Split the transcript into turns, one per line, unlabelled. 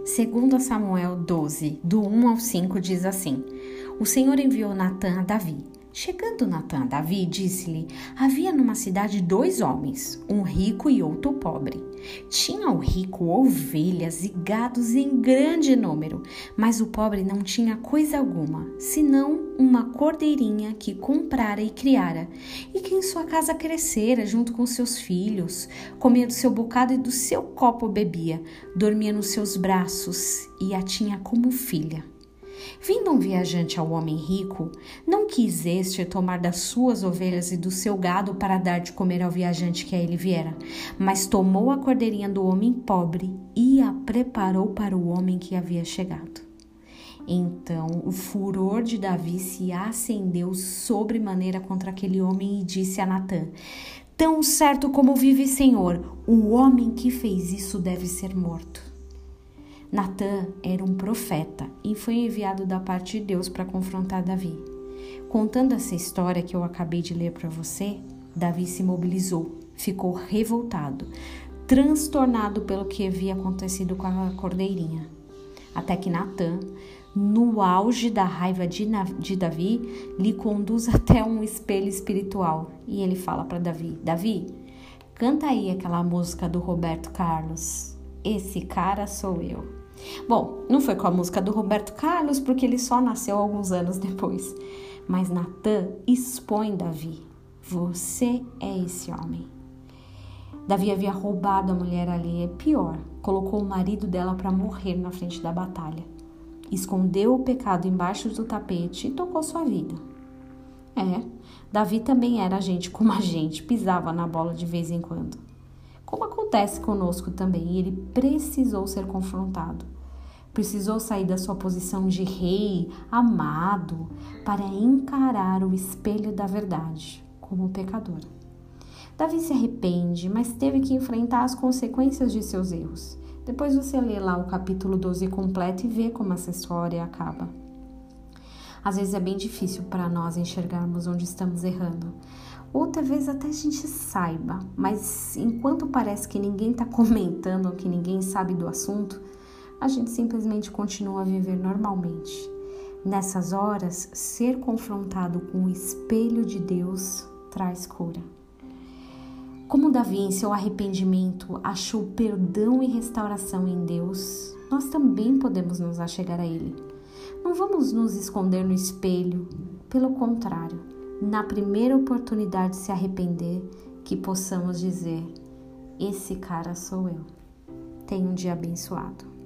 Segundo Samuel 12, do 1 ao 5, diz assim: O Senhor enviou Natã a Davi. Chegando Natã a Davi, disse-lhe: Havia numa cidade 2 homens, um rico e outro pobre. Tinha o rico ovelhas e gados em grande número, mas o pobre não tinha coisa alguma, senão uma cordeirinha que comprara e criara, e que em sua casa crescera junto com seus filhos, comia do seu bocado e do seu copo bebia, dormia nos seus braços e a tinha como filha. Vindo um viajante ao homem rico, não quis este tomar das suas ovelhas e do seu gado para dar de comer ao viajante que a ele viera, mas tomou a cordeirinha do homem pobre e a preparou para o homem que havia chegado. Então o furor de Davi se acendeu sobremaneira contra aquele homem e disse a Natã: Tão certo como vive Senhor, o homem que fez isso deve ser morto. Natã era um profeta e foi enviado da parte de Deus para confrontar Davi. Contando essa história que eu acabei de ler para você, Davi se mobilizou, ficou revoltado, transtornado pelo que havia acontecido com a cordeirinha. Até que Natã, no auge da raiva de Davi, lhe conduz até um espelho espiritual e ele fala para Davi: Davi, canta aí aquela música do Roberto Carlos, Esse Cara Sou Eu. Bom, não foi com a música do Roberto Carlos, porque ele só nasceu alguns anos depois. Mas Natã expõe Davi: você é esse homem. Davi havia roubado a mulher alheia, pior, colocou o marido dela para morrer na frente da batalha. Escondeu o pecado embaixo do tapete e tocou sua vida. Davi também era gente como a gente, pisava na bola de vez em quando. Como acontece conosco também, ele precisou ser confrontado. Precisou sair da sua posição de rei, amado, para encarar o espelho da verdade, como pecador. Davi se arrepende, mas teve que enfrentar as consequências de seus erros. Depois você lê lá o capítulo 12 completo e vê como essa história acaba. Às vezes é bem difícil para nós enxergarmos onde estamos errando. Ou talvez até a gente saiba, mas enquanto parece que ninguém está comentando, que ninguém sabe do assunto, a gente simplesmente continua a viver normalmente. Nessas horas, ser confrontado com o espelho de Deus traz cura. Como Davi, em seu arrependimento, achou perdão e restauração em Deus, nós também podemos nos achegar a Ele. Não vamos nos esconder no espelho, pelo contrário, na primeira oportunidade de se arrepender, que possamos dizer: esse cara sou eu. Tenha um dia abençoado.